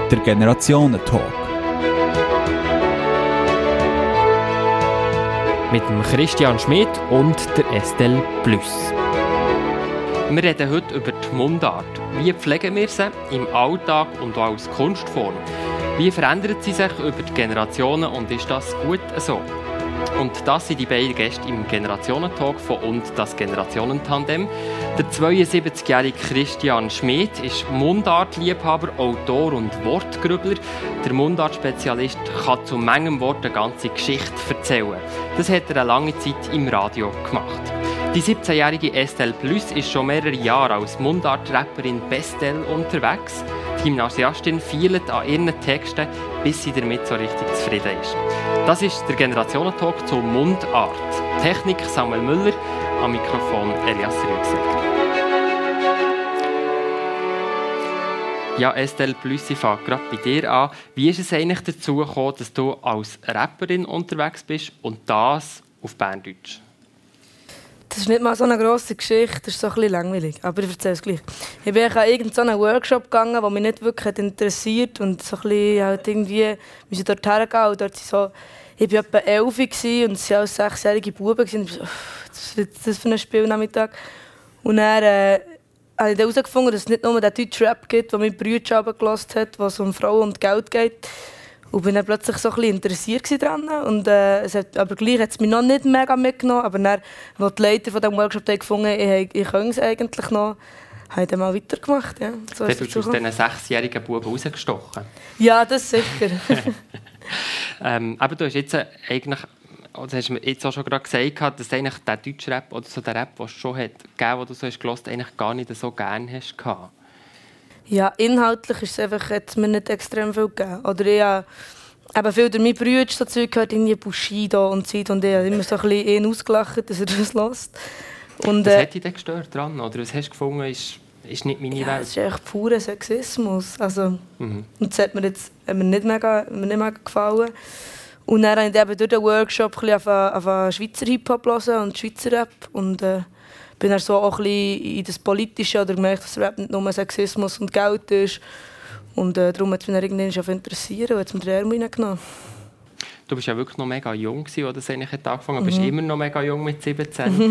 der Generationentalk. Mit dem Christian Schmidt und der Estelle Plüss. Wir reden heute über die Mundart. Wie pflegen wir sie im Alltag und auch als Kunstform? Wie verändert sie sich über die Generationen und ist das gut so? Und das sind die beiden Gäste im Generationentalk von «Und das Generationentandem». Der 72-jährige Christian Schmidt ist Mundartliebhaber, Autor und Wortgrübler. Der Mundartspezialist kann zu manchem Wort eine ganze Geschichte erzählen. Das hat er eine lange Zeit im Radio gemacht. Die 17-jährige Estelle Plüss ist schon mehrere Jahre als Mundart-Rapperin Bestelle unterwegs. Die Gymnasiastin feilt an ihren Texten, bis sie damit so richtig zufrieden ist. Das ist der Generationentalk zur Mundart. Technik Samuel Müller, am Mikrofon Elias Rüegsegger. Ja, Estelle Plüss, ich fange gerade bei dir an. Wie ist es eigentlich dazu gekommen, dass du als Rapperin unterwegs bist und das auf Berndeutsch? Das ist nicht mal so eine grosse Geschichte, das ist so ein bisschen langweilig, aber ich erzähle es gleich. Ich bin an irgendeinen Workshop gegangen, der mich nicht wirklich interessiert und so ein bisschen halt irgendwie musste dort hergehen und dort so, ich war etwa 11 und es waren alles 6-jährige Buben und ich so, was ist das für ein Spielnachmittag? Und dann habe ich herausgefunden, dass es nicht nur den deutschen Rap gibt, den mein Bruder gehört hat, wo es um Frauen und Geld geht. Und bin dann plötzlich so ein bisschen interessiert daran. Und, aber gleich hat es mich noch nicht mega mitgenommen. Aber dann, als die Leiter von diesem Workshop gefunden haben, ich könnte es eigentlich noch, habe ich dann mal weitergemacht. Ja. So hast du aus diesen 6-jährigen Buben rausgestochen? Ja, das sicher. Aber du hast jetzt eigentlich, das hast du mir jetzt auch schon gerade gesagt, dass eigentlich der deutsche Rap oder so der Rap, den es schon hat, den du so hast gehört, eigentlich gar nicht so gerne hast. Ja, inhaltlich ist es einfach, hat mir nicht extrem viel gegeben. Oder ich habe viel durch meine Brüder so Zeug gehört, irgendwie Bushido und Zeit, und ich habe immer so ein bisschen ihn ausgelacht, dass er das hört. Und, was hat dich denn gestört dran? Oder was hast du gefunden, ist nicht meine Welt? Es ist echt purer Sexismus. Also, und das hat mir nicht mega gefallen. Und dann habe ich eben durch den Workshop ein bisschen auf Schweizer Hip-Hop hören und Schweizer Rap. Und bin dann so auch ein bisschen in das Politische oder gemerkt, dass Rap nicht nur Sexismus und Geld ist. Und darum hat es mich irgendwann interessiert und hat es mir den Arm reingenommen. Du warst ja wirklich noch mega jung, als das eigentlich angefangen hat. Du bist immer noch mega jung mit 17.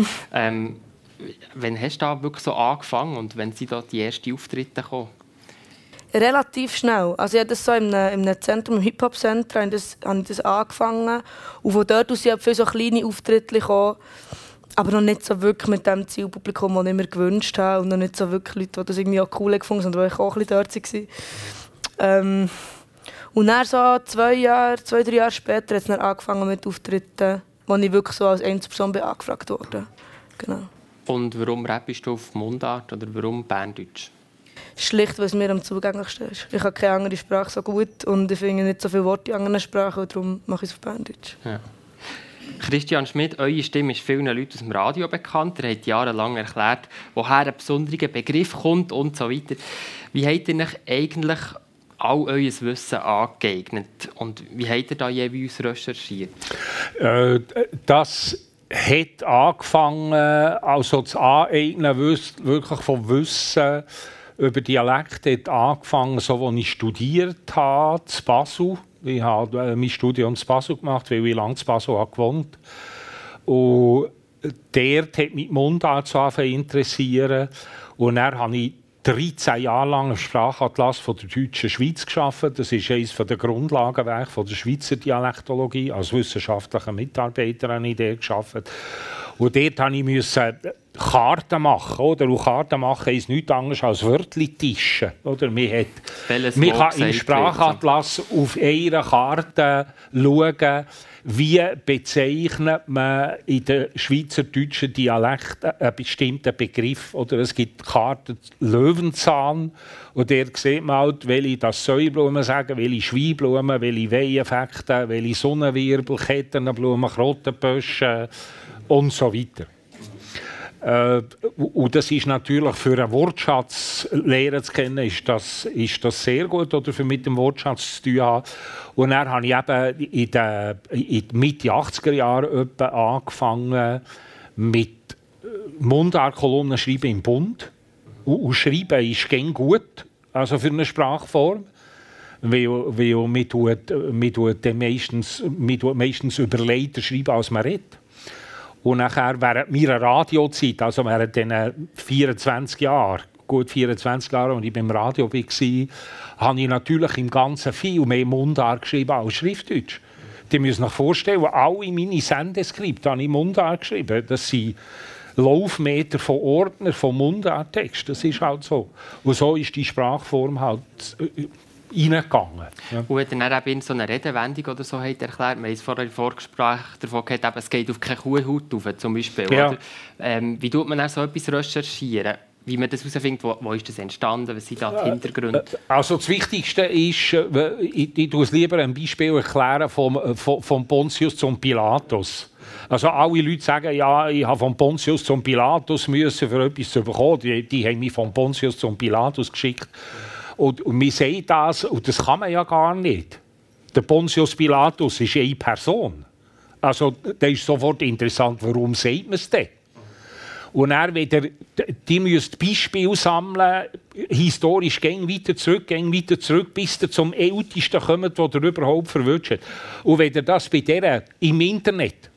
Wann hast du da wirklich so angefangen und wann sind da die ersten Auftritte gekommen? Relativ schnell. Also ich habe das so in einem Zentrum, im Hip-Hop-Center, habe ich das angefangen. Und von dort aus sind viele so kleine Auftritte gekommen. Aber noch nicht so wirklich mit dem Zielpublikum, das ich mir gewünscht habe. Und noch nicht so wirklich Leute, die das irgendwie auch cool gefunden haben, sondern die auch ein bisschen dort waren. Und dann so 2-3 Jahre später hat es dann angefangen mit Auftritten, wo ich wirklich so als Einzelperson angefragt wurde. Genau. Und warum rappest du auf Mundart oder warum Berndeutsch? Schlicht, weil es mir am zugänglichsten ist. Ich habe keine andere Sprache so gut und ich finde nicht so viele Worte in anderen Sprachen, und darum mache ich es auf Berndeutsch. Ja. Christian Schmidt, eure Stimme ist vielen Leuten aus dem Radio bekannt. Ihr habt jahrelang erklärt, woher ein besonderer Begriff kommt und so weiter. Wie habt ihr euch eigentlich all euer Wissen angeeignet? Und wie habt ihr da jeweils recherchiert? Das hat angefangen, also das Aneignen wirklich von Wissen über Dialekte hat angefangen, so als ich studiert habe, in Basel. Ich habe mein Studium in Basel gemacht, weil ich lange in Basel gewohnt habe. Und dort hat mich die Mundart so interessiert. Und dann habe ich 13 Jahre lang im Sprachatlas von der deutschen Schweiz gearbeitet. Das ist eines der Grundlagenwerke von der Schweizer Dialektologie. Als wissenschaftlicher Mitarbeiter habe ich dort gearbeitet. Und dort musste ich Karten machen. Oder? Und Karten machen ist nichts anderes als Wörtchen tischen. Oder? Man kann im Sprachatlas auf einer Karte schauen, wie bezeichnet man in den schweizerdeutschen Dialekten einen bestimmten Begriff. Oder es gibt Karten Löwenzahn, und dort sieht man halt, welche das Säublumen sagen, welche Schweinblumen, welche Weihenfekten, welche Sonnenwirbel, Kettenblumen, Krottenböschen und so weiter. Und das ist natürlich für einen Wortschatz lernen zu kennen, ist das sehr gut, oder für mit dem Wortschatz zu tun haben. Und dann habe ich eben in den Mitte 80er Jahren angefangen mit Mundartkolumnen schreiben im Bund. Und schreiben ist gern gut, also für eine Sprachform. Weil man tut meistens überleiter schreiben, als man redet. Und nachher während meiner Radiozeit, also während diesen 24 Jahren, gut 24 Jahre, als ich beim Radio war, habe ich natürlich im Ganzen viel mehr Mundart geschrieben als Schriftdeutsch. Die müssen sich vorstellen, alle meine Sendeskripte habe ich Mundart geschrieben. Das sind Laufmeter von Ordner, von Mundarttext. Das ist halt so. Und so ist die Sprachform halt reingegangen. Ja. Und hat er dann eben in so einer Redewendung oder so erklärt, wir haben es vorher im Vorgespräch davon gehört, es geht auf keine Kuhhaut rauf, zum Beispiel. Ja. Oder? Wie tut man dann so etwas recherchieren? Wie man das herausfindet, wo ist das entstanden, was sind da die Hintergründe? Also das Wichtigste ist, ich tue es lieber ein Beispiel erklären vom Pontius zum Pilatus. Also alle Leute sagen, ja, ich habe von Pontius zum Pilatus müssen, für etwas zu bekommen. Die haben mich von Pontius zum Pilatus geschickt. Und wir sehen das, und das kann man ja gar nicht. Der Pontius Pilatus ist eine Person. Also das ist sofort interessant, warum sagt man es denn? Und dann wieder, die müssen Beispiele sammeln, historisch gehen weiter zurück, bis ihr zum Ältesten kommt, der überhaupt verwünscht hat. Und wenn ihr das bei der im Internet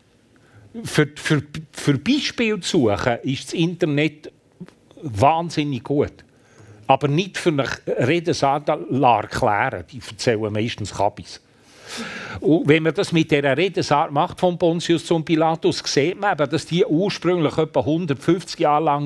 für Beispiele zu suchen, ist das Internet wahnsinnig gut. Aber nicht für eine Redensart erklären. Die erzählen meistens Kabis. Und wenn man das mit dieser Redensart macht, von Pontius zum Pilatus, sieht man, dass die ursprünglich etwa 150 Jahre lang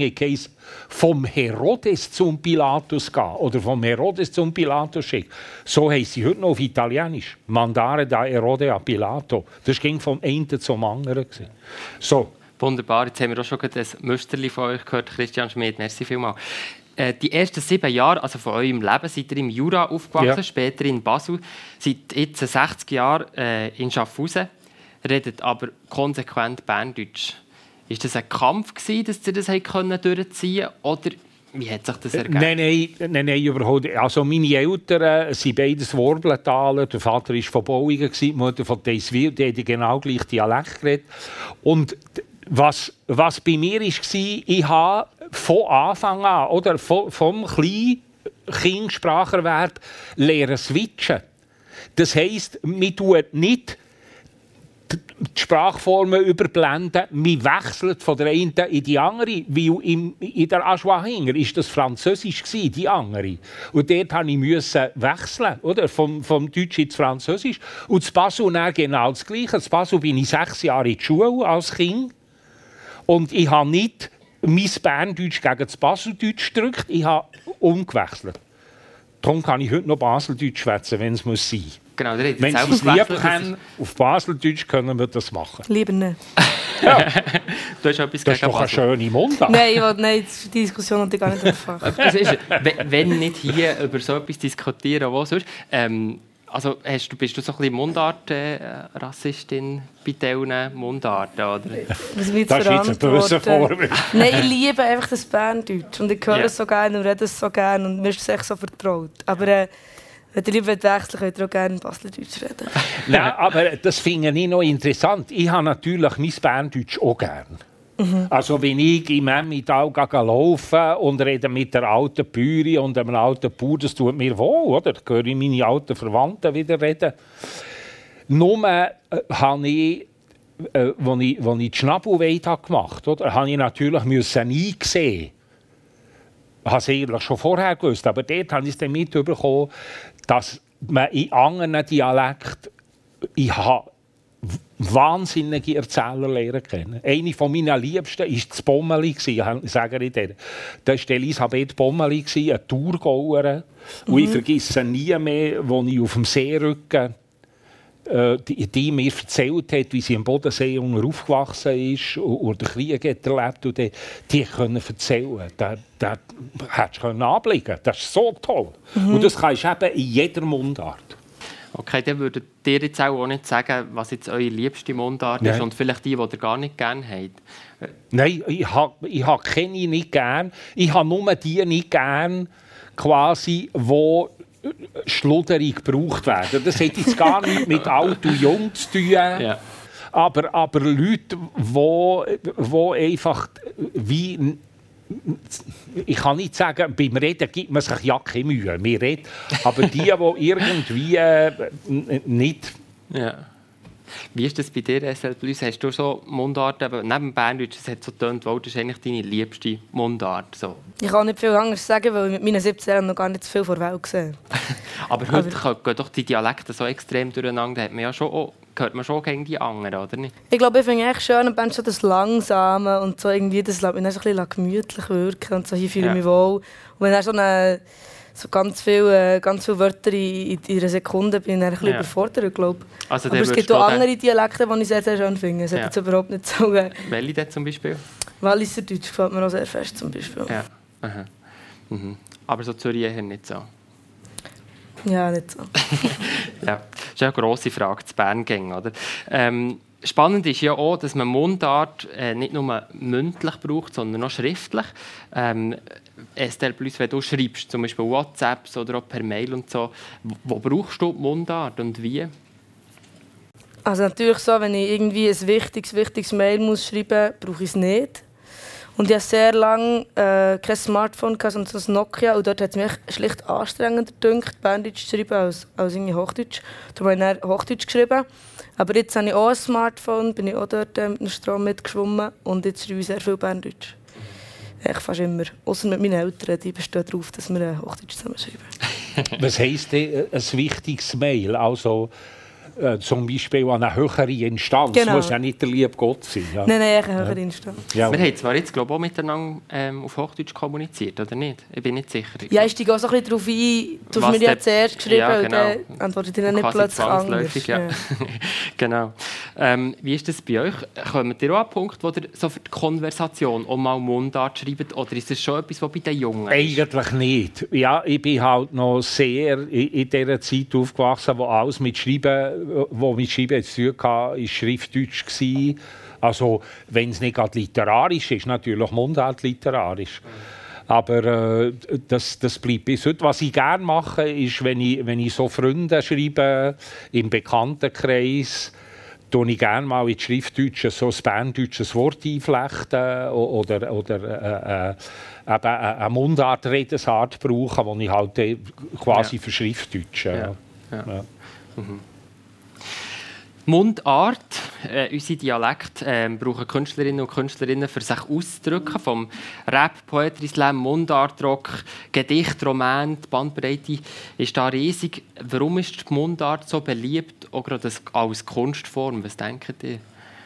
vom Herodes zum Pilatus gehen oder vom Herodes zum Pilatus schicken. So heisst sie heute noch auf Italienisch. Mandare da Herode a Pilato. Das ging vom einen zum anderen. So. Wunderbar, jetzt haben wir auch schon ein Müsterli von euch gehört, Christian Schmid. Merci vielmals. Die ersten 7 Jahre also von eurem Leben seid ihr im Jura aufgewachsen, später in Basel, seid jetzt 60 Jahre in Schaffhausen, redet aber konsequent Berndeutsch. Ist das ein Kampf gewesen, dass ihr das durchziehen konntet, oder wie hat sich das ergeben? Nein, überhaupt nicht. Also meine Eltern sind beides Worbeltaler. Der Vater war von Bauingen, die Mutter von Deiswil, die haben genau gleich Dialekt geredet. Und was bei mir war, ich habe von Anfang an, oder vom kleinen Kindspracherwerb lernen switchen. Das heisst, wir tun nicht die Sprachformen überblenden, wir wechseln von der einen in die andere, weil in der Aschwahinger war das Französisch, die andere. Und dort musste ich wechseln, oder? Vom Deutsch ins Französisch. Und das Basel genau das Gleiche. Das Basel bin ich 6 Jahre in die Schule als Kind. Und ich habe nicht mein Berndeutsch gegen das Baseldeutsch gedrückt, ich habe umgewechselt. Darum kann ich heute noch Baseldeutsch schwätzen, wenn es muss sein. Genau, wenn Sie es lieb haben, auf Baseldeutsch können wir das machen. Lieber nicht. Ja. Du hast etwas das gegen ist doch eine Basel. Schöne Mundart. Nein, die Diskussion hat ich gar nicht angefangen. Wenn nicht hier über so etwas diskutieren, wo sonst. Also bist du so ein bisschen Mundart-Rassistin bei diesen Mundarten? Oder? Was wir Das ist jetzt ein böser Vorwurf. Nein, ich liebe einfach das Berndeutsch. Und ich höre es so gerne und rede es so gerne. Und mir ist es echt so vertraut. Aber wenn ihr lieber wechseln könnt ihr auch gerne Baseldeutsch reden. Nein, aber das finde ich noch interessant. Ich habe natürlich mein Berndeutsch auch gerne. Also wenn ich im Emmental laufe und rede mit der alten Bäuerin und einem alten Bauer, das tut mir wohl, oder? Da höre ich meine alten Verwandten wieder reden. Nur habe ich, als ich die Schnabelweide gemacht habe, habe ich natürlich einsehen. Ich habe es eigentlich schon vorher gewusst, aber dort habe ich es dann mitbekommen, dass man in anderen Dialekten, ich habe wahnsinnige Erzähler lernen kennen. Eine von meinen Liebsten war das Bommeli, sage ich dir. Das war Elisabeth Bommeli, eine Thurgauerin. Und ich vergesse nie mehr, als ich auf dem Seerücken die mir erzählt hat, wie sie am Bodensee aufgewachsen ist und den Krieg erlebt und die können erzählen. Das hättest du anblicken. Das ist so toll. Und das kannst du eben in jeder Mundart. Okay, dann würdet ihr jetzt auch nicht sagen, was jetzt eure liebste Mundart ist und vielleicht die ihr gar nicht gerne habt. Nein, ich habe keine nicht gern. Ich habe nur die nicht gern, quasi, die schludrig gebraucht werden. Das hat jetzt gar nichts mit alt und jung zu tun. Ja. Aber Leute, die einfach wie ich kann nicht sagen, beim Reden gibt man sich ja keine Mühe. Wir reden, aber die irgendwie nicht... Ja. Wie ist das bei dir, SL Plus? Hast du so Mundart, neben Berndeutsch, das hat so getönt, das ist eigentlich deine liebste Mundart? So. Ich kann nicht viel anderes sagen, weil ich mit meinen 17 Jahren noch gar nicht so viel vor der Welt gesehen. Aber heute gehen doch die Dialekte so extrem durcheinander. Hat man ja schon, hört man schon gegen die anderen, oder nicht? Ich glaube, ich finde es schön, wenn so das Langsame und so irgendwie, das lässt mich so ein bisschen gemütlich wirken und so, hier fühle ich mich wohl. Und wenn dann so ganz viele Wörter in einer Sekunde bin ich ein bisschen überfordert, glaube ich. Also, aber es gibt auch andere Dialekte, die ich sehr, sehr schön finde. Es hat jetzt überhaupt nicht so... Welche denn zum Beispiel? Walliser Deutsch gefällt mir auch sehr fest, zum Beispiel. Ja. Aha. Mhm. Aber so Zürich eher nicht so? Ja, nicht so. Ja, das ist eine grosse Frage, zu Bern gehen, oder? Spannend ist ja auch, dass man Mundart nicht nur mündlich braucht, sondern auch schriftlich. SL Plus, wenn du schreibst, zum Beispiel WhatsApps oder auch per Mail und so, wo brauchst du Mundart und wie? Also natürlich so, wenn ich irgendwie ein wichtiges Mail muss schreiben muss, brauche ich es nicht. Und ich hatte sehr lange kein Smartphone, sondern so ein Nokia. Und dort hat es mich schlicht anstrengender gedacht, Berndeutsch zu schreiben als irgendwie Hochdeutsch. Darum habe ich dann Hochdeutsch geschrieben. Aber jetzt habe ich auch ein Smartphone, bin ich auch dort mit dem Strom mitgeschwommen. Und jetzt schreibe ich sehr viel Berndeutsch. Echt fast immer. Ausser mit meinen Eltern, die bestehen darauf, dass wir Hochdeutsch zusammenschreiben. Was heisst denn ein wichtiges Mail? Also zum Beispiel an eine höhere Instanz. Genau. Muss ja nicht der liebe Gott sein. Ja. Nein, eine höhere Instanz. Ja. Wir haben zwar jetzt, glaube ich, auch miteinander auf Hochdeutsch kommuniziert, oder nicht? Ich bin nicht sicher. Ja, ich steige auch so ein bisschen darauf ein. Du hast mir ja zuerst geschrieben, ja, genau. Und dann antwortet ihr nicht plötzlich anders. Ja. Genau. Wie ist das bei euch? Kommt ihr auch an den Punkt, wo ihr so für die Konversation auch mal Mundart schreibt? Oder ist das schon etwas, was bei den Jungen ist? Eigentlich nicht. Ja, ich bin halt noch sehr in dieser Zeit aufgewachsen, wo alles mit Schreiben zu tun hatte, war Schriftdeutsch. Also, wenn es nicht gerade literarisch ist, natürlich Mundart literarisch. Aber das bleibt bis heute. Was ich gerne mache, ist, wenn ich so Freunde schreibe, im Bekanntenkreis, tue ich gerne mal in die Schriftdeutsch so ein berndeutsches Wort einflechten oder eine Mundart-Redensart brauchen, die ich halt quasi verschriftdeutsche. Ja. Mhm. Mundart, unsere Dialekte brauchen Künstlerinnen und Künstlerinnen, für sich auszudrücken. Vom Rap, Poetry Slam, Mundartrock, Gedicht, Roman, die Bandbreite ist da riesig. Warum ist die Mundart so beliebt, auch gerade als Kunstform? Was denken ihr?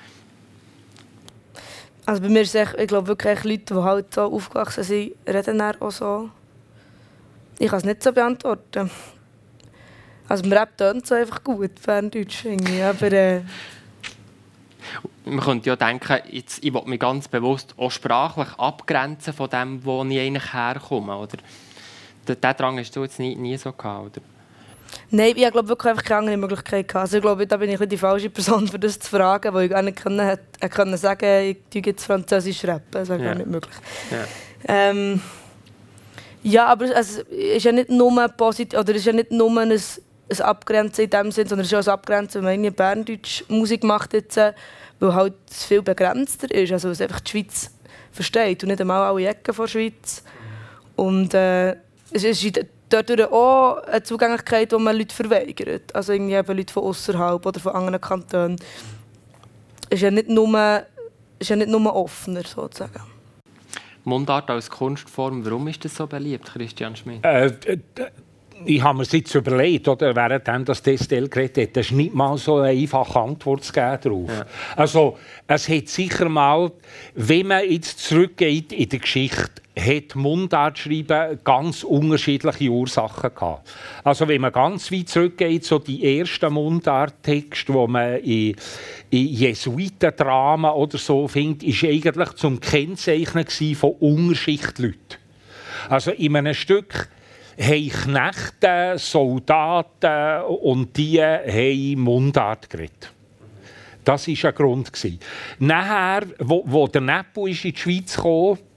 Also bei mir ist es, ich glaube wirklich Leute, die halt so aufgewachsen sind, reden dann auch so. Ich kann es nicht so beantworten. Also im Rap tönt es einfach gut, Berndeutsch irgendwie, aber... Man könnte ja denken, ich will mich ganz bewusst auch sprachlich abgrenzen von dem, wo ich eigentlich herkomme, oder? Den Drang hast du jetzt nie so gehabt, oder? Nein, ich glaube wirklich einfach keine andere Möglichkeit gehabt. Also ich glaube, da bin ich die falsche Person, für das zu fragen, weil ich gar nicht können sagen, ich tue jetzt Französisch rappen. Das wäre gar nicht möglich. Ja, ja, aber es ist ja nicht nur positiv, oder es ist ja nicht nur ein Abgrenzen in dem Sinn, sondern es ist auch ein Abgrenzen, wenn man in Berndeutsch Musik macht, jetzt, weil halt es viel begrenzter ist, also es einfach die Schweiz versteht und nicht einmal alle Ecken der Schweiz. Und es ist dadurch auch eine Zugänglichkeit, die man Leute verweigert, also irgendwie eben Leute von außerhalb oder von anderen Kantonen. Es ist ja nicht nur offener, sozusagen. Mundart als Kunstform, warum ist das so beliebt, Christian Schmidt? Ich habe mir das jetzt überlegt, oder, während das Estelle geredet hat, das ist nicht mal so eine einfache Antwort zu geben darauf. Ja. Also, es hat sicher mal, wenn man jetzt zurückgeht in der Geschichte, hat Mundart schreiben ganz unterschiedliche Ursachen gehabt. Also, wenn man ganz weit zurückgeht, so die ersten Mundart-Texte, die man in Jesuitendramen oder so findet, ist eigentlich zum Kennzeichnen von Unterschichtsleuten. Also, in einem Stück haben Knechte, Soldaten und die haben Mundart geredet. Das war ein Grund. Nachher, wo der Nepo in die Schweiz kam,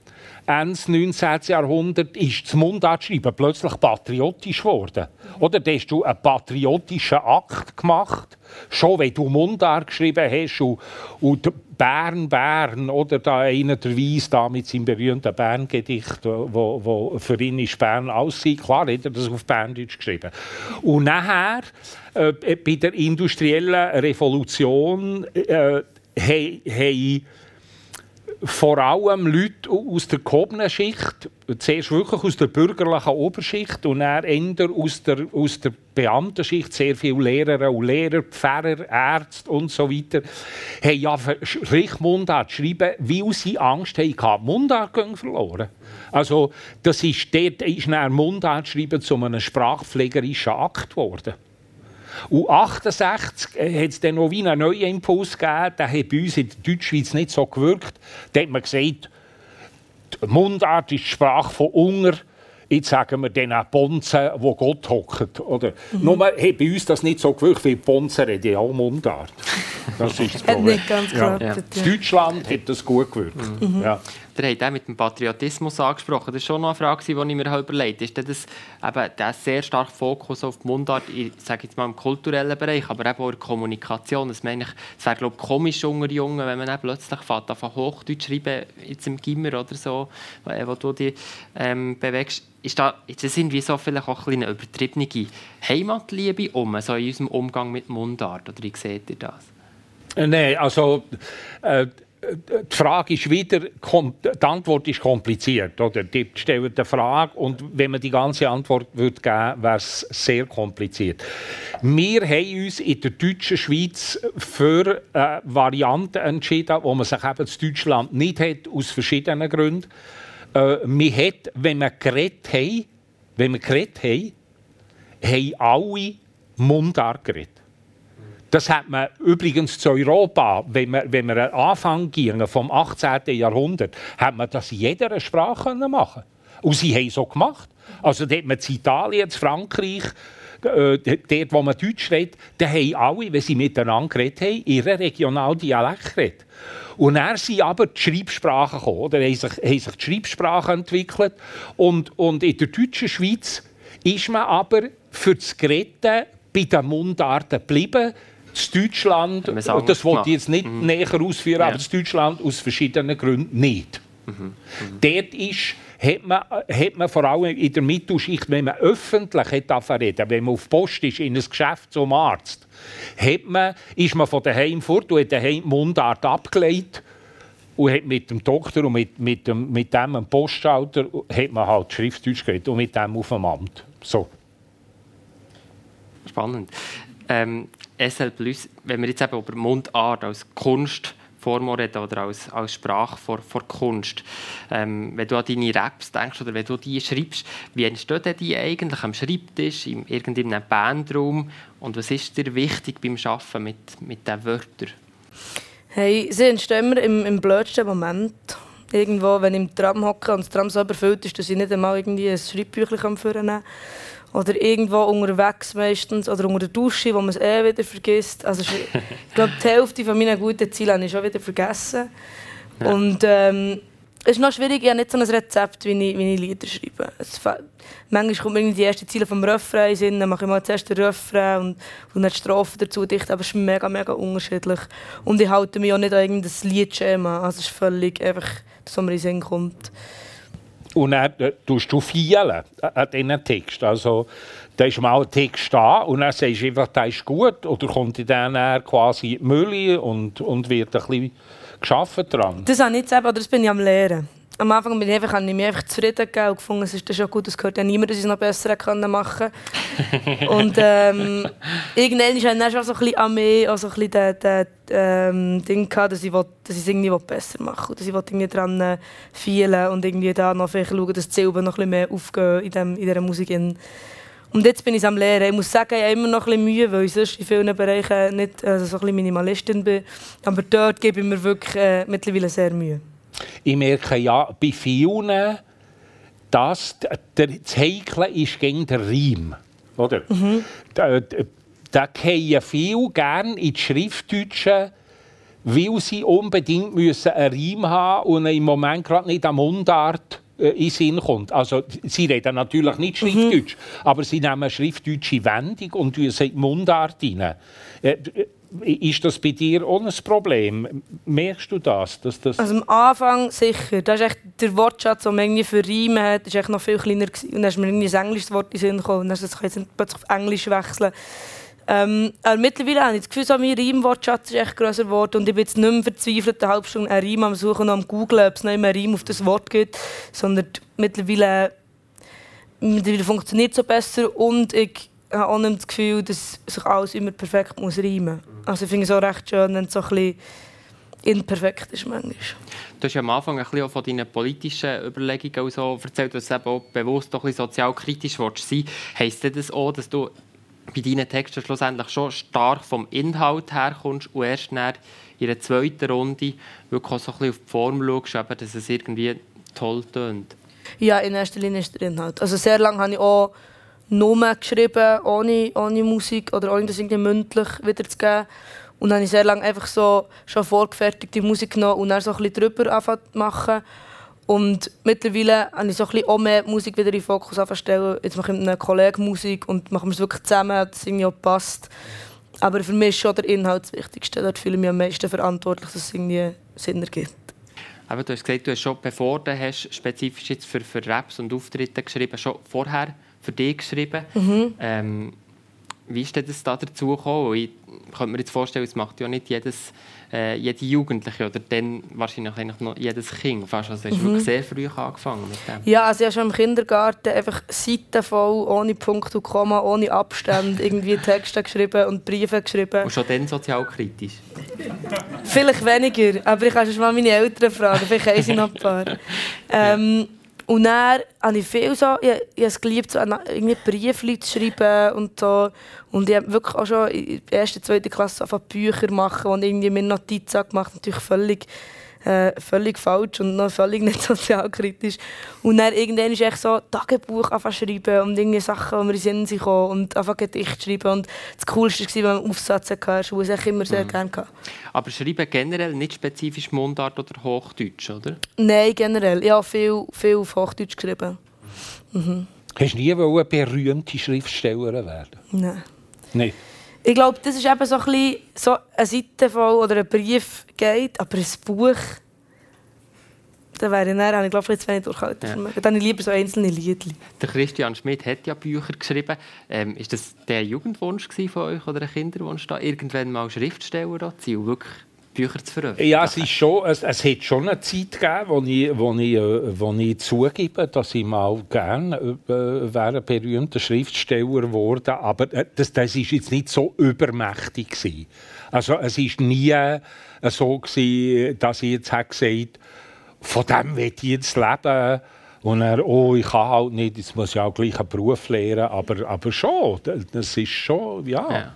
Ende 19. Jahrhundert ist das Mundartschreiben plötzlich patriotisch geworden. Oder da hast du einen patriotischen Akt gemacht, schon wenn du Mundart geschrieben hast und Bern, oder da einer der Weiss da mit seinem berühmten Bern-Gedicht, wo für ihn ist Bern aussieht. Klar hat er das auf Berndeutsch geschrieben. Und nachher, bei der industriellen Revolution, haben vor allem Leute aus der gehobenen Schicht, zuerst wirklich aus der bürgerlichen Oberschicht und dann eher aus der Beamtenschicht, sehr viele Lehrerinnen und Lehrer, Pfarrer, Ärzte und so weiter, haben ja richtig Mundart geschrieben, weil sie Angst hatten, Mundart ging verloren. Also dort ist dann Mundart schreiben zu einem sprachpflegerischen Akt geworden. Und 1968 hat es dann noch wie einen neuen Impuls gegeben, der hat bei uns in der Deutschschweiz nicht so gewirkt. Da hat man gesagt, die Mundart ist die Sprache von Unger. Jetzt sagen wir den Bonzen, wo Gott hockt. Oder? Nur hat bei uns das nicht so gewirkt, weil die Bonzen reden ja auch Mundart. Das ist das Problem. Nicht ganz geklappt, ja. In Deutschland hat das gut gewirkt. Ja. Der hat auch mit dem Patriotismus angesprochen. Das war schon noch eine Frage, die ich mir überlegt habe. Ist das eben der sehr starke Fokus auf die Mundart, ich sage jetzt mal im kulturellen Bereich, aber eben auch in der Kommunikation. Es wäre, glaube ich, komisch unter Jungen, wenn man dann plötzlich von Hochdeutsch schreiben, jetzt im Gimmer oder so, wo du dich bewegst. Ist das irgendwie so vielleicht auch eine übertriebene Heimatliebe so in unserem Umgang mit Mundart? Oder wie seht ihr das? Nein, also die Frage ist wieder, die Antwort ist kompliziert. Oder? Die stellen eine Frage und wenn man die ganze Antwort geben würde, wäre es sehr kompliziert. Wir haben uns in der deutschen Schweiz für eine Variante entschieden, wo man sich eben in Deutschland nicht hat, aus verschiedenen Gründen. Man hat, wenn wir geredet haben, haben alle Mundart geredet. Das hat man übrigens zu Europa, wenn wir einen Anfang gingen vom 18. Jahrhundert, hat man das in jeder Sprache machen. Und sie haben so gemacht. Also dort man in Italien, in Frankreich, dort wo man Deutsch redet, da haben alle, wenn sie miteinander geredet haben, ihren regionalen Dialekt geredet. Und dann sind aber die Schreibsprachen gekommen, oder haben sich die Schreibsprachen entwickelt. Und in der deutschen Schweiz ist man aber für das Gereden bei den Mundarten geblieben. In Deutschland, das wollte ich jetzt nicht näher ausführen, aber in Deutschland aus verschiedenen Gründen nicht. Dort hat man vor allem in der Mittelschicht, wenn man öffentlich reden, wenn man auf Post ist, in ein Geschäft zum Arzt, ist man von daheim fort und hat daheim die Mundart abgelegt und hat mit dem Doktor und mit dem Postschalter hat man halt Schriftdeutsch geredet und mit dem auf dem Amt. So. Spannend. SL+, wenn wir jetzt eben über Mundart als Kunstform reden oder als Sprache vor Kunst, wenn du an deine Raps denkst oder wenn du die schreibst, wie entstehen die eigentlich am Schreibtisch, in irgendeinem Bandraum und was ist dir wichtig beim Arbeiten mit diesen Wörtern? Hey, sie entstehen immer im blödsten Moment. Irgendwo, wenn ich im Tram hocke und das Tram so überfüllt ist, dass ich nicht einmal irgendwie ein Schreibbüchlein führen kann. Oder irgendwo unterwegs meistens oder unter der Dusche, wo man es wieder vergisst. Also ich glaube, die Hälfte von meinen guten Ziele habe ich schon wieder vergessen. Ja. Und es ist noch schwierig, ich habe nicht so ein Rezept, wie ich Lieder schreibe. Manchmal kommt mir die ersten Ziele vom Refrain in den Sinn, dann mache ich mal zuerst den Refrain und dann die Strophe dazu dicht, aber es ist mega, mega unterschiedlich. Und ich halte mich auch nicht an irgendein Liedschema, also es ist völlig einfach das, was mir in den Sinn kommt. Und dann tust du feilen an diesen Text. Also, da ist mal ein Text da und dann sagst du einfach, der ist gut. Oder kommt in dann quasi die Mülle und wird ein bisschen gearbeitet dran? Das habe ich jetzt eben, oder das bin ich am Lehren. Am Anfang habe ich mich einfach zufrieden gegeben und gefunden, es ist schon gut, es gehört ja niemand, dass ich es noch besser machen kann. Und irgendwann ist dann schon so ein bisschen an mich auch so ein bisschen Ding gehabt, dass ich es irgendwie besser machen will. Dass ich irgendwie dran feilen und irgendwie da noch vielleicht schauen, dass die Silben noch ein bisschen mehr aufgehen in dieser Musik. Und jetzt bin ich am Lehren. Ich muss sagen, ich habe immer noch ein bisschen Mühe, weil ich sonst in vielen Bereichen nicht so ein bisschen Minimalistin bin. Aber dort gebe ich mir wirklich mittlerweile sehr Mühe. Ich merke ja, bei vielen, das Heikle ist gegen den Reim. Oder? Da gehen viel gerne in die Schriftdeutsche weil sie unbedingt einen Reim haben und im Moment gerade nicht an Mundart in Sinn kommt. Also, sie reden natürlich nicht Schriftdeutsch, aber sie nehmen eine schriftdeutsche Wendung und tun sie in die Mundart rein. Ist das bei dir auch ein Problem? Merkst du das? Also am Anfang sicher. Da ist echt der Wortschatz, den man irgendwie für Reime hat, ist echt noch viel kleiner gewesen. Und dann ist mir irgendwie ein englisches Wort in den Sinn gekommen. Und dann kann ich jetzt plötzlich auf Englisch wechseln. Aber mittlerweile habe ich das Gefühl, so mein Reimwortschatz ist echt grösser geworden. Und ich bin jetzt nicht mehr verzweifelt, eine halbe Stunde einen Reim am Suchen und am Googlen, ob es noch immer einen Reim auf das Wort gibt. Sondern mittlerweile funktioniert es so besser. Und ich habe auch nicht das Gefühl, dass sich alles immer perfekt reimen muss. Also ich finde es auch recht schön, wenn es so ein bisschen imperfekt ist manchmal. Du hast ja am Anfang ein bisschen auch von deinen politischen Überlegungen so erzählt, dass du eben auch bewusst ein bisschen sozialkritisch sein willst. Heisst das auch, dass du bei deinen Texten schlussendlich schon stark vom Inhalt herkommst und erst in der zweiten Runde wirklich auch so ein bisschen auf die Form schaust, dass es irgendwie toll tönt? Ja, in erster Linie ist der Inhalt. Also sehr lange habe ich auch nur geschrieben, ohne Musik oder ohne das irgendwie mündlich wiederzugeben. Und dann habe ich sehr lange einfach so schon vorgefertigte Musik genommen und dann so ein bisschen drüber angefangen zu machen. Und mittlerweile habe ich so ein bisschen auch mehr Musik wieder in den Fokus angestellt. Jetzt mache ich mit einem Kollegen Musik und machen wir es wirklich zusammen, dass es irgendwie auch passt. Aber für mich ist schon der Inhalt das Wichtigste. Dort fühle ich mich am meisten verantwortlich, dass es irgendwie Sinn ergibt. Aber du hast gesagt, du hast schon, bevor du hast, spezifisch jetzt für Raps und Auftritte geschrieben, schon vorher für dich geschrieben. Wie ist das da dazu gekommen? Ich könnte mir jetzt vorstellen, es macht ja nicht jede Jugendliche oder dann wahrscheinlich noch jedes Kind. Fast. Also hast du wirklich sehr früh angefangen mit dem. Ja, also ich habe schon im Kindergarten einfach seitenvoll, ohne Punkt und Komma, ohne Abstände, irgendwie Texte geschrieben und Briefe geschrieben. Und schon dann sozialkritisch? Vielleicht weniger, aber ich kann schon mal meine Eltern fragen, vielleicht haben sie noch ein paar. Und dann habe ich viel so, ich habe es geliebt, so irgendwie Briefe zu schreiben und so. Und ich habe wirklich auch schon in der 1. und 2. Klasse angefangen, Bücher machen und irgendwie mir Notizen gemacht. Natürlich völlig falsch und noch völlig nicht sozialkritisch. Und dann irgendwann ist echt so Tagebuch anfangen zu schreiben und irgendwie Sachen, die mir in den Sinn sind und anfangen Gedichte schreiben. Und das Coolste war, wenn man einen Aufsatz hatte, das ich immer sehr gerne hatte. Aber schreiben generell nicht spezifisch Mundart oder Hochdeutsch, oder? Nein, generell. Ich habe viel auf Hochdeutsch geschrieben. Hast du nie eine berühmte Schriftstellerin werden? Nein. Nein. Ich glaube, das ist eben so ein bisschen so eine Seite voll oder ein Brief geht, aber ein Buch, da wäre ich dann, ich glaube, jetzt wenn ich durchhalten. Ja. Dann habe ich lieber so einzelne Liedchen. Der Christian Schmidt hat ja Bücher geschrieben. Ist das der Jugendwunsch von euch oder ein Kinderwunsch, da irgendwann mal Schriftsteller zu sein und wirklich Bücher zu veröffentlichen? Ja, es hat schon eine Zeit gegeben, wo ich zugebe, dass ich mal gerne ein berühmter Schriftsteller geworden, aber das war jetzt nicht so übermächtig gewesen. Also es war nie so gewesen, dass ich jetzt gesagt habe, von dem will ich jetzt leben. Und er, ich kann halt nicht, jetzt muss ich auch gleich einen Beruf lernen, aber schon, das ist schon, ja.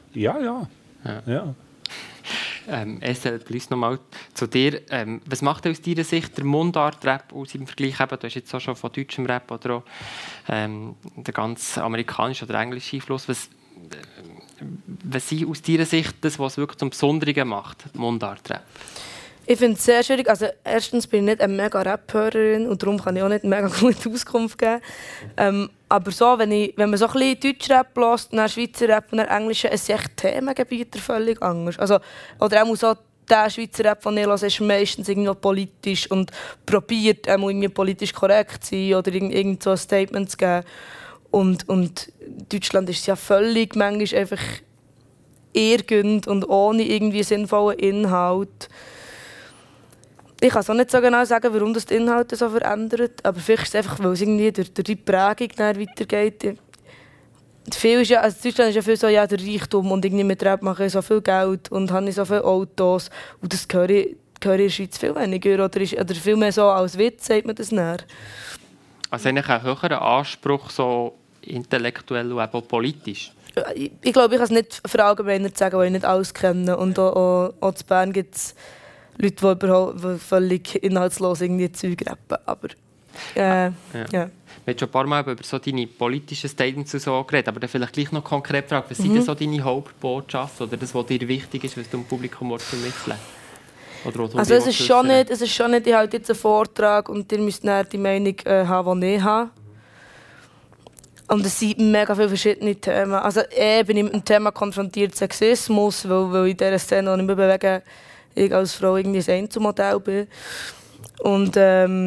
Estelle, plus nochmal zu dir. Was macht aus deiner Sicht der Mundart-Rap aus im Vergleich? Du hast jetzt auch schon von deutschem Rap oder auch der ganz amerikanische oder englische Einfluss. Was sind aus deiner Sicht das, was es wirklich zum Besonderen macht, Mundart-Rap? Ich finde es sehr schwierig. Also erstens bin ich nicht eine mega Rap-Hörerin und darum kann ich auch nicht eine mega gute Auskunft geben. Aber so, wenn man so ein bisschen Deutsch-Rap hört, dann Schweizer Rap und dann Englisch, es sind echt Themengebiete völlig anders. Also, oder auch so der Schweizer Rap, den ich höre, ist meistens irgendwie politisch und probiert irgendwie politisch korrekt zu sein oder irgend so ein Statement zu geben. Und Deutschland ist ja völlig manchmal einfach irgend und ohne irgendwie sinnvollen Inhalt. Ich kann es auch nicht so genau sagen, warum das die Inhalte so verändert. Aber vielleicht ist es einfach, weil es irgendwie durch die Prägung weitergeht. Viel ist ja, also Deutschland ist ja viel so, ja, der Reichtum und irgendwie mit Rap mache ich so viel Geld und habe so viele Autos. Und das höre ich in der Schweiz viel weniger. Oder viel mehr so als Witz, sagt man das näher. Also eigentlich ein höherer Anspruch, so intellektuell und auch politisch? Ich glaube, ich kann es nicht verallgemeinert sagen, weil ich nicht alles kenne. Und auch in Bern gibt es Leute, die völlig inhaltslos irgendwie Zeug rappen. Aber ja. Wir haben schon ein paar Mal über so deine politischen Statements so geredet, aber dann vielleicht gleich noch konkret fragen, was sind denn so deine Hauptbotschaften oder das, was dir wichtig ist, was du dem Publikum vermitteln willst? Also es ist schon nicht, ich halte jetzt einen Vortrag und ihr müsst dann die Meinung haben, die ich habe. Und es sind mega viele verschiedene Themen. Also bin ich mit dem Thema konfrontiert Sexismus, weil in dieser Szene, wo ich mich bewege, ich als Frau irgendwie ein Einzelmodell bin. Und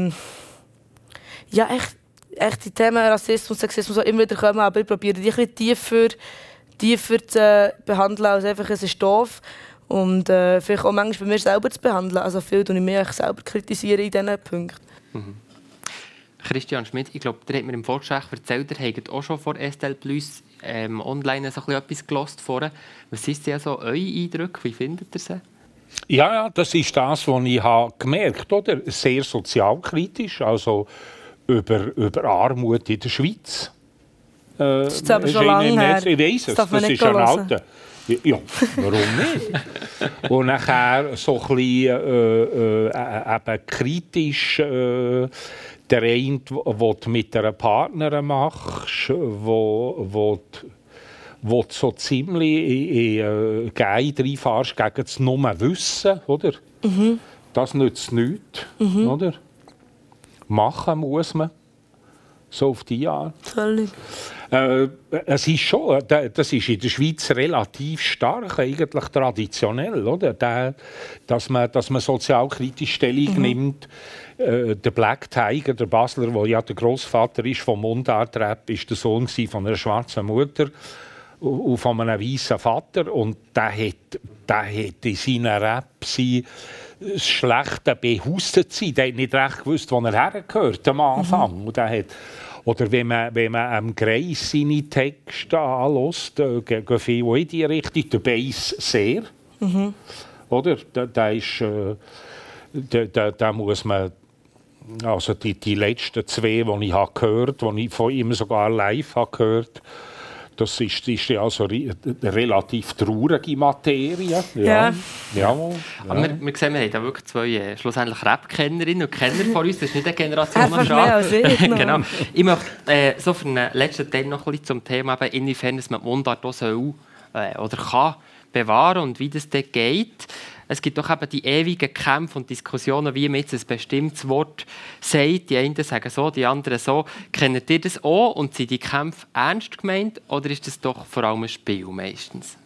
ja, echt die Themen Rassismus, Sexismus auch immer wieder kommen, aber ich probiere die ein bisschen tiefer zu behandeln, als einfach es ist doof. Und vielleicht auch manchmal bei mir selber zu behandeln. Also viel kritisiere ich mich selber kritisieren in diesen Punkten. Mhm. Christian Schmidt, ich glaube, der hat mir im Vorgespräch erzählt, ihr habt auch schon vor STL Plus online so etwas gehört vorher. Was sind denn so eure Eindrücke? Wie findet ihr sie? Ja, das ist das, was ich gemerkt habe. Sehr sozialkritisch, also über Armut in der Schweiz. Das ist aber schon lange her. Ich weiss es, das ist ein alter. Ja, warum nicht? Und nachher so ein bisschen eben kritisch, der eine, den du mit einer Partnerin machst, wo du so ziemlich in Geil reinfährst gegen das nur Wissen, oder? Mhm. Das nützt nichts, oder? Machen muss man. So auf die Art. Völlig. Es ist schon, das ist in der Schweiz relativ stark, eigentlich traditionell, oder? Dass man sozialkritisch Stellung nimmt. Der Black Tiger, der Basler, der ja der Grossvater ist vom Mundart-Rap, ist der Sohn von einer schwarzen Mutter und von einem weißen Vater. Und der hat in seinen Rap das schlechte Behaustetsein. Der hat nicht recht gewusst, wo er hergehört am Anfang. Und der hat, oder wenn man am Greis seine Texte anhört, gehen viele in die Richtung. Der Bass sehr. Mhm. Oder? Da muss man... Also die letzten zwei, die ich gehört habe, die ich von ihm sogar live gehört habe, das ist ja also eine relativ traurige Materie. Ja. Aber wir sehen, wir haben da wirklich zwei schlussendlich Rap-Kennerinnen und Kenner von uns. Das ist nicht eine Generationenfrage. Genau. Ich möchte so für den letzten Teil noch ein bisschen zum Thema, inwiefern man die Mundart auch soll oder kann bewahren und wie das dort geht. Es gibt doch eben die ewigen Kämpfe und Diskussionen, wie man jetzt ein bestimmtes Wort sagt. Die einen sagen so, die anderen so. Kennt ihr das auch? Und sind die Kämpfe ernst gemeint? Oder ist das doch vor allem ein Spiel meistens?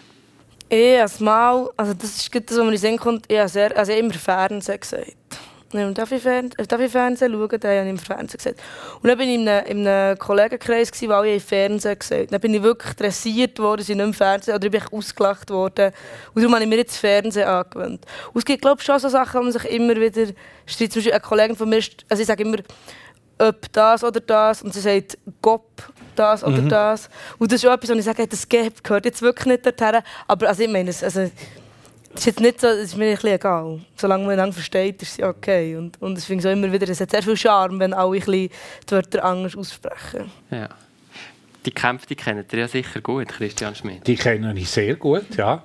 Das ist das, was mir in den Sinn kommt. Ich habe immer Fernsehen gesagt. Darf ich Fernsehen schauen? Dann habe ich immer Fernsehen gesagt. Und dann war ich in einem Kollegenkreis, wo alle Fernsehen gesagt haben. Dann bin ich wirklich dressiert worden, sie nicht im Fernsehen, oder ich bin ausgelacht worden. Und darum habe ich mir jetzt Fernsehen angewöhnt. Und es gibt, glaube ich, schon so Sachen, wo man sich immer wieder streitet. Zum Beispiel eine Kollegin von mir, also ich sage immer, ob das oder das, und sie sagt, Gop, das oder das. Und das ist auch etwas, wo ich sage, das gehört jetzt wirklich nicht dorthin. Aber also ich meine, das ist jetzt nicht so, das ist mir ein bisschen egal. Solange man einander versteht, ist es okay. Und ich finde es immer wieder, es hat sehr viel Charme, wenn alle ein bisschen die Wörter anders aussprechen. Ja. Die Kämpfe, die kennt ihr ja sicher gut, Christian Schmidt. Die kennen ich sehr gut, ja.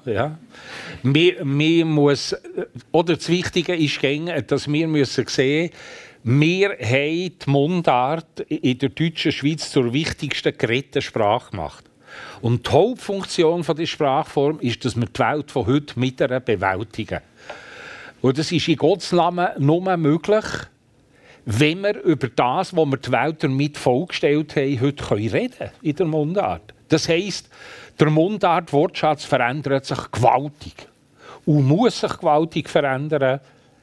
Wir muss, oder das Wichtige ist, dass wir müssen sehen, wir haben die Mundart in der deutschen Schweiz zur wichtigsten geredeten Sprache gemacht. Und die Hauptfunktion dieser Sprachform ist, dass wir die Welt von heute mit ihr bewältigen. Und das ist in Gottes Namen nur möglich, wenn wir über das, was wir die Welt damit vorgestellt haben, heute reden können in der Mundart. Das heisst, der Mundart-Wortschatz verändert sich gewaltig und muss sich gewaltig verändern.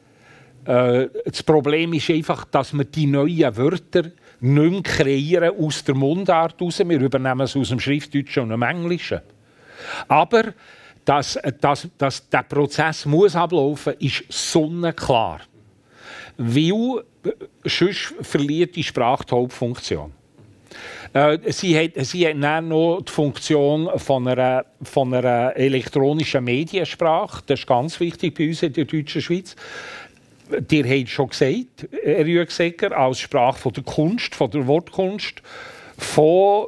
Das Problem ist einfach, dass wir die neuen Wörter nicht mehr kreieren aus der Mundart raus. Wir übernehmen es aus dem Schriftdeutschen und dem Englischen. Aber dass der Prozess muss ablaufen, ist sonnenklar. Weil sonst verliert die Sprache die Hauptfunktion. Sie hat dann noch die Funktion von einer elektronischen Mediensprache. Das ist ganz wichtig bei uns in der deutschen Schweiz. Ihr habt schon gesagt, Herr Rüegsegger, als Sprache von der Kunst, von der Wortkunst, von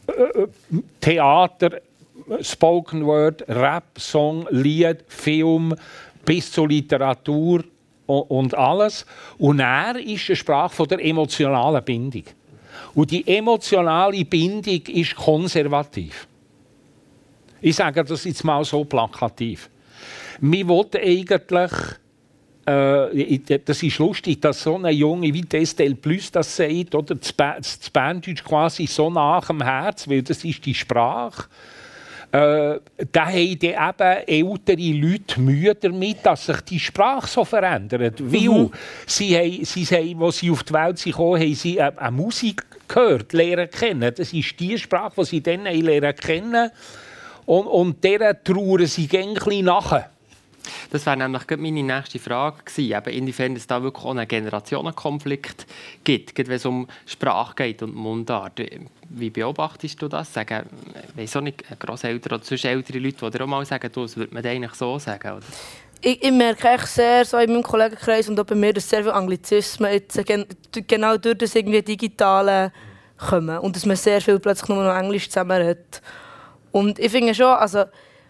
Theater, Spoken Word, Rap, Song, Lied, Film bis zur Literatur und alles. Und er ist eine Sprache von der emotionalen Bindung. Und die emotionale Bindung ist konservativ. Ich sage das jetzt mal so plakativ. Wir wollen eigentlich das ist lustig, dass so eine Junge wie Estelle Plus das sagt, oder das Berndeutsch quasi so nach dem Herz, weil das ist die Sprache. Da haben dann eben ältere Leute Mühe damit, dass sich die Sprache so verändert. Weil sie haben, als sie auf die Welt kamen, haben sie eine Musik gehört, lernen kennen. Das ist die Sprache, die sie dann lernen kennen. Und dieser trauern sie ein bisschen nachher. Das wäre nämlich meine nächste Frage gewesen, eben inwiefern es da wirklich auch einen Generationenkonflikt gibt, gerade wenn es um Sprache geht und Mundart. Wie beobachtest du das? Sagen, weiss auch nicht, Grosseltern oder sonst ältere Leute, die dir auch mal sagen, das würde man eigentlich so sagen, oder? Ich merke echt sehr so in meinem Kollegenkreis und auch bei mir, dass sehr viele Anglizismen jetzt genau durch das irgendwie Digitale kommen und dass man sehr viel plötzlich nur noch Englisch zusammen hat. Und ich finde schon, also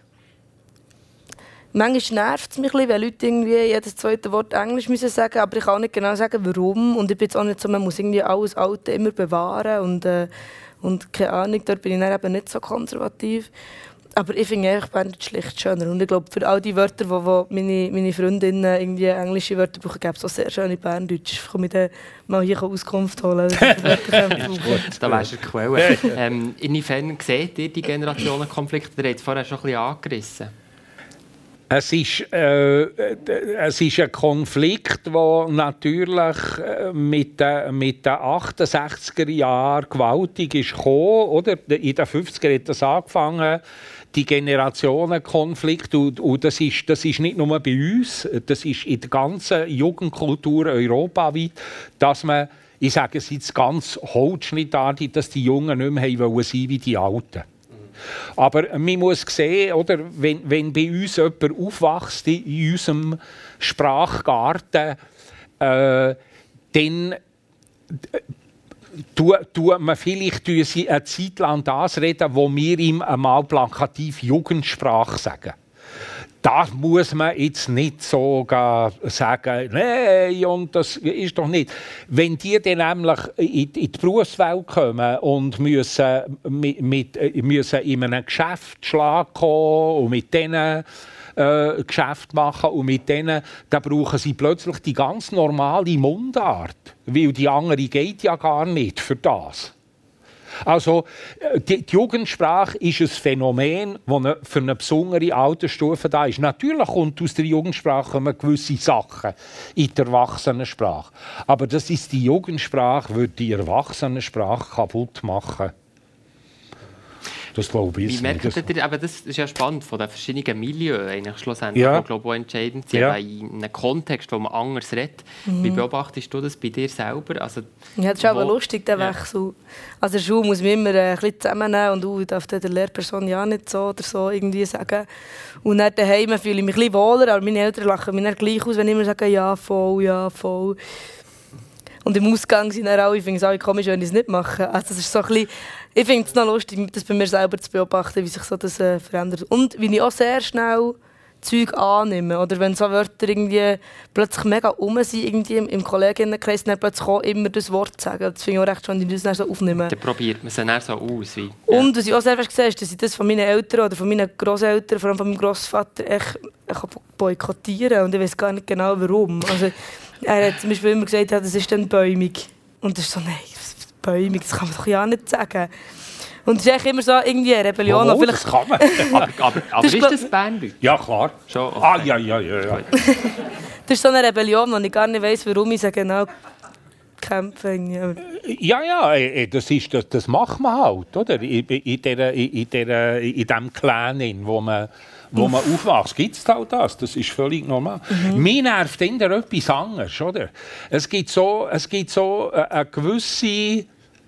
manchmal nervt es mich ein bisschen, wenn Leute irgendwie jedes zweite Wort Englisch müssen sagen, aber ich kann auch nicht genau sagen, warum. Und ich bin jetzt auch nicht so, man muss irgendwie alles Alte immer bewahren und keine Ahnung, dort bin ich dann eben nicht so konservativ. Aber ich finde eigentlich Berndeutsch schlicht schöner. Und ich glaube, für all die Wörter, wo meine Freundinnen irgendwie englische Wörter brauchen, gibt es auch sehr schöne Berndeutsch. Ich komme dann mal hier Auskunft holen. Da wärst du die Quelle. Inwiefern seht ihr die Generationenkonflikte? Ihr habt es vorher schon ein bisschen angerissen. Es ist ein Konflikt, der natürlich mit den 68er Jahren gewaltig ist gekommen, oder? In den 50er hat das angefangen, die Generationenkonflikt. Und das ist nicht nur bei uns, das ist in der ganzen Jugendkultur europaweit, dass man, ich sage es jetzt ganz holzschnittartig, dass die Jungen nicht mehr sein wollen wie die Alten. Aber man muss sehen, oder, wenn bei uns jemand aufwächst in unserem Sprachgarten, dann tut man vielleicht eine Zeit lang das reden, wo wir ihm einmal plakativ Jugendsprache sagen. Das muss man jetzt nicht so sagen, nein, und das ist doch nicht. Wenn die dann nämlich in die Berufswelt kommen und müssen in einem Geschäftsschlag kommen und mit denen Geschäft machen und mit denen, dann brauchen sie plötzlich die ganz normale Mundart, weil die andere geht ja gar nicht für das. Also, die Jugendsprache ist ein Phänomen, das für eine besondere Altersstufe da ist. Natürlich kommt aus der Jugendsprache gewisse Sachen in der Erwachsenensprache. Aber das ist die Jugendsprache, die die Erwachsenensprache kaputt machen. Das glaube ich. Wie merkt ihr, aber das ist ja spannend, von den verschiedenen Milieus eigentlich schlussendlich, die glaube ich entscheidend sind, in einem Kontext, wo man anders redet. Wie beobachtest du das bei dir selber? Also, ja, das ist aber lustig, der Wechsel. Also in der Schule muss man immer ein bisschen zusammennehmen und ich darf der Lehrperson ja nicht so oder so irgendwie sagen. Und dann daheim fühle ich mich ein bisschen wohler, aber meine Eltern lachen mich dann gleich aus, wenn ich immer sage, ja voll, ja voll. Und im Ausgang sind dann alle, ich finde es auch komisch, wenn ich es nicht mache. Also das ist so ein bisschen, ich finde es noch lustig, das bei mir selber zu beobachten, wie sich so das verändert. Und wie ich auch sehr schnell Zeug annehme. Oder wenn so Wörter irgendwie plötzlich mega rum sind, irgendwie im Kolleginnenkreis, dann plötzlich auch immer das Wort sagen. Das finde ich auch recht spannend, wie ich das dann so aufnehme. Dann probiert man es dann so aus. Wie, Und was ich auch sehr fest gesehen habe, dass ich das von meinen Eltern oder von meinen Grosseltern, vor allem von meinem Grossvater, echt boykottieren. Und ich weiß gar nicht genau, warum. Also, er hat zum Beispiel immer gesagt, ja, das ist dann bäumig. Und das ist so, nein, bäumig, das kann man doch ja nicht sagen. Und es ist eigentlich immer so irgendwie eine Rebellion. Oh, das kann man. aber ist das Berndeutsch? Ja, klar. Schon, okay. Ja. Das ist so eine Rebellion, und ich gar nicht weiss, warum ich so genau kämpfe. Ja, das macht man halt, oder? In diesem Clan, wo man aufwächst, gibt es halt das. Das ist völlig normal. Mir nervt etwas anderes, oder? Es gibt so eine gewisse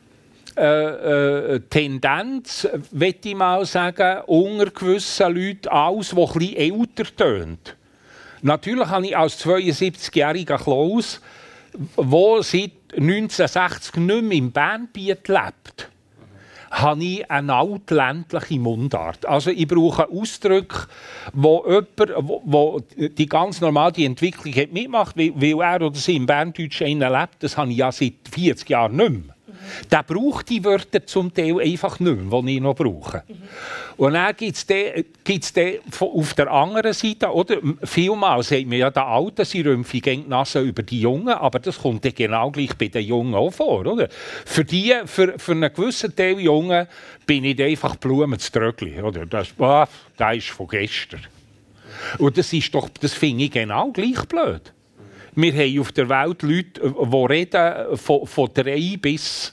Tendenz, möchte ich mal sagen, unter gewissen Leuten, alles, was etwas älter tönt. Natürlich habe ich als 72-jähriger Klaus, der seit 1960 nicht mehr im Bernbiet lebt, habe ich eine altländliche Mundart. Also ich brauche Ausdrücke, wo jemand, die ganz normal die Entwicklung hat mitmacht, weil er oder sie im Berndeutschen lebt. Das habe ich ja seit 40 Jahren nicht mehr. Der braucht die Wörter zum Teil einfach nicht mehr, die ich noch brauche. Und dann gibt es auf der anderen Seite, oder? Vielmal sagt man ja, der Alte, sie rümpfen die Nase über die Jungen, aber das kommt dann genau gleich bei den Jungen auch vor, oder? Für einen gewissen Teil Jungen bin ich einfach Blumenströckli, oder? Das ist von gestern. Und das finde ich genau gleich blöd. Wir haben auf der Welt Leute, die reden von 3 bis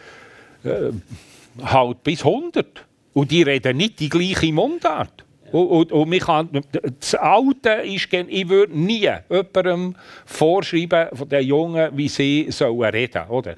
100. Und die reden nicht die gleiche Mundart. Und das Alte ist, ich würde nie jemandem vorschreiben von den Jungen, wie sie reden sollen.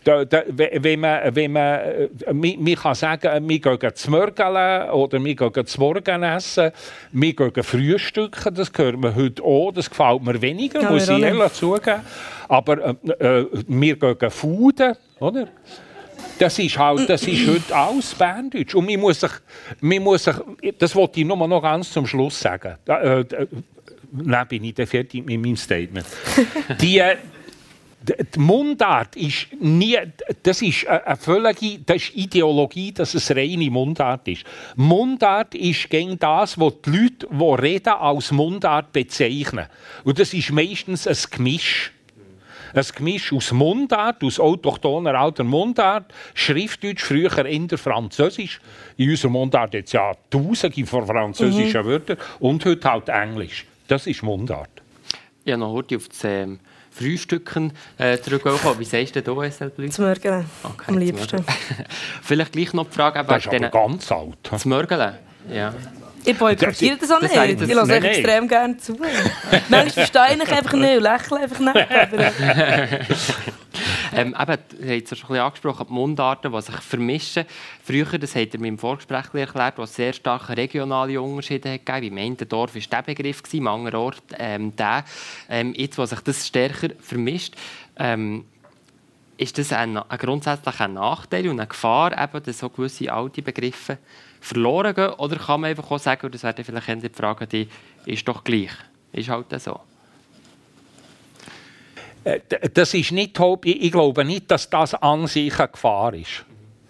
Man kann sagen, wir gehen zu Mörgeln oder wir gehen zu Morgen essen, wir gehen frühstücken, das hört man heute auch, das gefällt mir weniger, ja, muss ich ehrlich zugeben. Aber wir gehen fuden, oder? Das ist heute alles Berndeutsch. Und man muss sich, das wollte ich nur noch ganz zum Schluss sagen. Dann bin ich fertig mit meinem Statement. Die Mundart ist nie, das ist eine völlige, das ist Ideologie, dass es reine Mundart ist. Mundart ist gegen das, was die Leute, die reden, als Mundart bezeichnen. Und das ist meistens ein Gemisch. Ein Gemisch aus Mundart, aus autochthoner alter Mundart, Schriftdeutsch, früher eher Französisch. In unserer Mundart jetzt ja Tausende von französischen Wörtern und heute halt Englisch. Das ist Mundart. Ja, noch heute auf das Frühstücken zurückkommen. Wie sagst du da, SL Plus? Zum Mörgeln, okay, am liebsten. Vielleicht gleich noch die Frage... Das ist aber ganz alt. Das Mörgeln, ja. Ich boykottiere das auch nicht. Ich höre euch extrem gerne zu. Manchmal verstehe ich einfach nicht und lächle einfach nicht. Eben, ihr habt es schon ein bisschen angesprochen, die Mundarten, die sich vermischen. Früher, das habt ihr mir im Vorgespräch erklärt, wo es sehr starke regionale Unterschiede hat gegeben. Im einen Dorf war der Begriff, im anderen Ort der. Jetzt, wo sich das stärker vermischt, ist das grundsätzlich ein Nachteil und eine Gefahr, eben, dass so gewisse alte Begriffe verloren gehen? Oder kann man einfach auch sagen, und das wäre vielleicht die Frage, die ist doch gleich. Ist halt so. Das ist nicht, ich glaube nicht, dass das an sich eine Gefahr ist.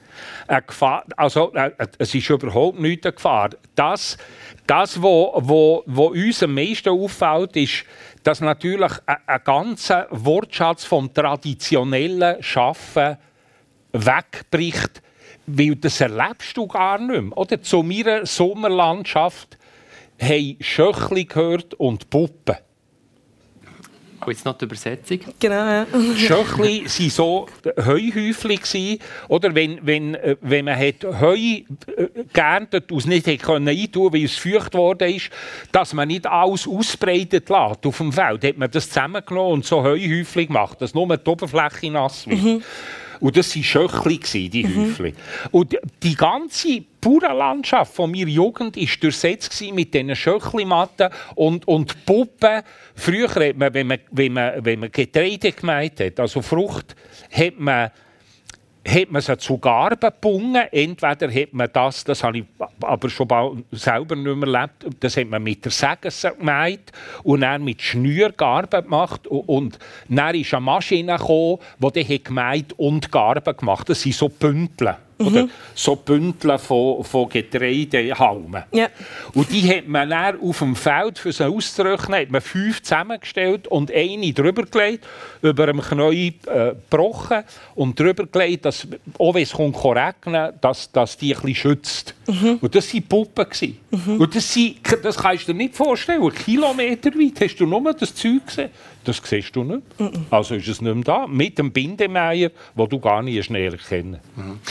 Es ist überhaupt nicht eine Gefahr. Das was uns am meisten auffällt, ist, dass natürlich ein ganzer Wortschatz vom traditionellen Schaffen wegbricht, weil das erlebst du gar nicht mehr. Oder? Zu meiner Sommerlandschaft haben Schöchli gehört und Puppen. Oh, jetzt noch die Übersetzung. Genau, ja. Schöchli waren so Heuhäufli. Oder wenn man Heu geerntet und es nicht eintun konnte, weil es feucht worden ist, dass man nicht alles ausbreitet lässt auf dem Feld, hat man das zusammengenommen und so Heuhäufli gemacht, dass nur die Oberfläche nass wird. Und das waren Schöchli, die Häufli. Und die ganze Bauernlandschaft von meiner Jugend war durchsetzt mit diesen Schöchlimatten und Puppen. Früher hat man, wenn man Getreide gemeint hat, also Frucht, hat man sie zu Garben gebunden. Entweder hat man das habe ich aber schon bald selber nicht mehr erlebt, das hat man mit der Säge gemeint und dann mit Schnür Garben gemacht. Und dann ist eine Maschine gekommen, die gemeint und Garben gemacht. Das sind so Bündel. Oder so Bündel von Getreidehalmen. Ja. Und die hat man dann auf dem Feld, für sie auszutrocknen, hat man 5 zusammengestellt und eine drüber gelegt, über dem Knie gebrochen und drüber gelegt, dass, auch wenn es regnen dass die ein bisschen schützt. Und das waren Puppen. Und das kannst du dir nicht vorstellen. Kilometer weit hast du nur das Zeug gesehen. Das siehst du nicht. Also ist es nicht mehr da. Mit dem Bindemeier, den du gar nicht näher kennen.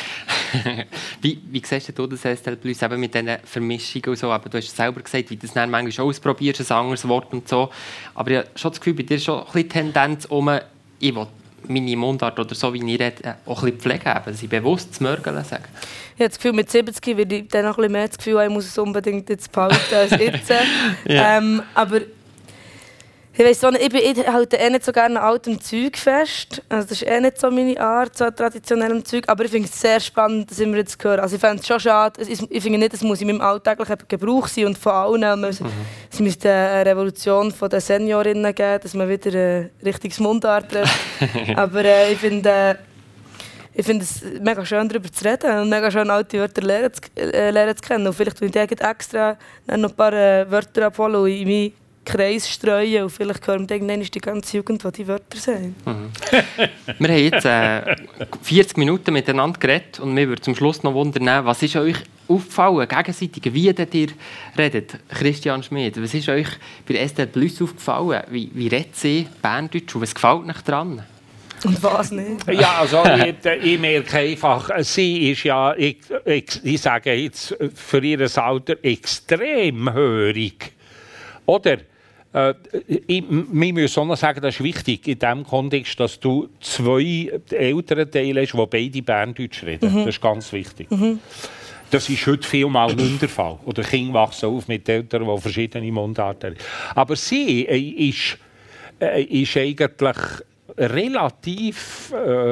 Wie siehst du das SL Plus eben mit diesen Vermischungen und so? Aber du hast selber gesagt, wie du das dann manchmal ausprobierst, ein anderes Wort und so. Aber ich habe schon das Gefühl, bei dir ist schon ein bisschen Tendenz ich will meine Mundart oder so, wie ich rede, auch ein bisschen pflegen, dass ich bewusst das Mörgeln sage. Ich habe das Gefühl, mit 70 werde ich dann noch ein bisschen mehr das Gefühl, ich muss es unbedingt jetzt behalten als jetzt. Ja. Aber ich weiss auch nicht, ich halte nicht so gerne an altem Zeug fest. Also das ist nicht so meine Art, so traditionellem Zeug. Aber ich finde es sehr spannend, das immer jetzt zu hören. Also ich fände es schon schade. Ich finde nicht, es muss in meinem alltäglichen Gebrauch sein und von allen. Es müsste eine Revolution von den Seniorinnen geben, dass man wieder ein richtiges Mundart trifft. Aber ich finde, ich finde es mega schön, darüber zu reden und mega schön, alte Wörter lernen zu kennen. Und vielleicht tue ich extra noch ein paar Wörter abholen und in meinen Kreis streuen und vielleicht hören wir irgendwann die ganze Jugend, die diese Wörter sagen. Wir haben jetzt 40 Minuten miteinander geredet und mir würde zum Schluss noch wundern, was ist euch aufgefallen, gegenseitig, wie ihr redet? Christian Schmid, was ist euch bei Estelle Plus aufgefallen? Wie redet sie Berndeutsch und was gefällt euch daran? Und was nicht? Ja, also ich merke einfach, sie ist ja, ich sage jetzt für ihr Alter, extrem hörig. Oder? Wir müssen auch noch sagen, das ist wichtig in dem Kontext, dass du 2 Elternteile hast, die beide Berndeutsch reden. Das ist ganz wichtig. Das ist heute vielmal nicht der Fall. Oder Kinder wachsen auf mit Eltern, die verschiedene Mundarten haben. Aber sie ist eigentlich relativ,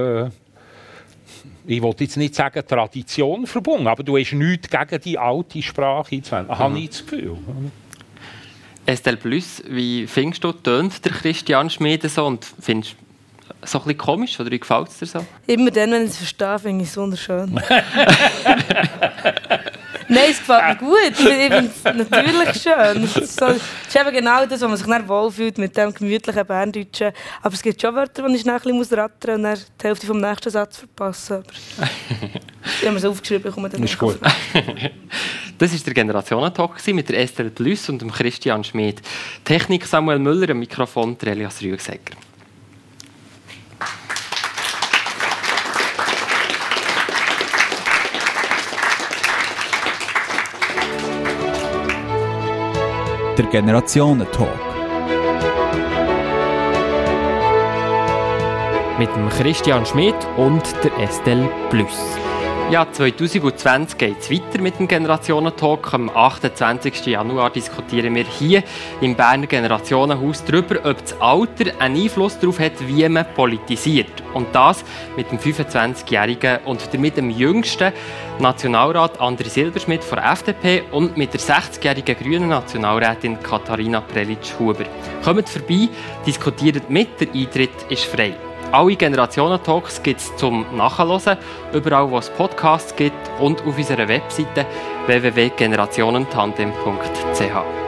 ich will jetzt nicht sagen Tradition verbunden, aber du hast nichts gegen die alte Sprache einzuwenden. Habe ich das Gefühl. Estelle Plus, wie findest du, tönt der Christian Schmid so und findest du so ein bisschen komisch oder wie gefällt es dir so? Immer dann, wenn ich es verstehe, finde ich es wunderschön. Nein, es gefällt mir gut. Ich finde es natürlich schön. Es ist eben genau das, wo man sich dann wohlfühlt mit dem gemütlichen Berndeutschen. Aber es gibt schon Wörter, die ich schnell ein bisschen rattern und dann die Hälfte vom nächsten Satz verpassen. Ich habe mir es aufgeschrieben, komme dann ist gut. Das war der Generationentalk mit der Estelle Plus und dem Christian Schmid. Technik Samuel Müller, am Mikrofon Elias Rüegsegger. Der Generationentalk. Mit dem Christian Schmid und der Estelle Plus. Ja, 2020 geht es weiter mit dem Generationentalk. Am 28. Januar diskutieren wir hier im Berner Generationenhaus darüber, ob das Alter einen Einfluss darauf hat, wie man politisiert. Und das mit dem 25-jährigen und damit dem jüngsten Nationalrat André Silberschmidt von der FDP und mit der 60-jährigen grünen Nationalrätin Katharina Prelitsch-Huber. Kommt vorbei, diskutiert mit, der Eintritt ist frei. Alle Generationen-Talks gibt es zum Nachhören, überall wo es Podcasts gibt und auf unserer Webseite www.generationentandem.ch.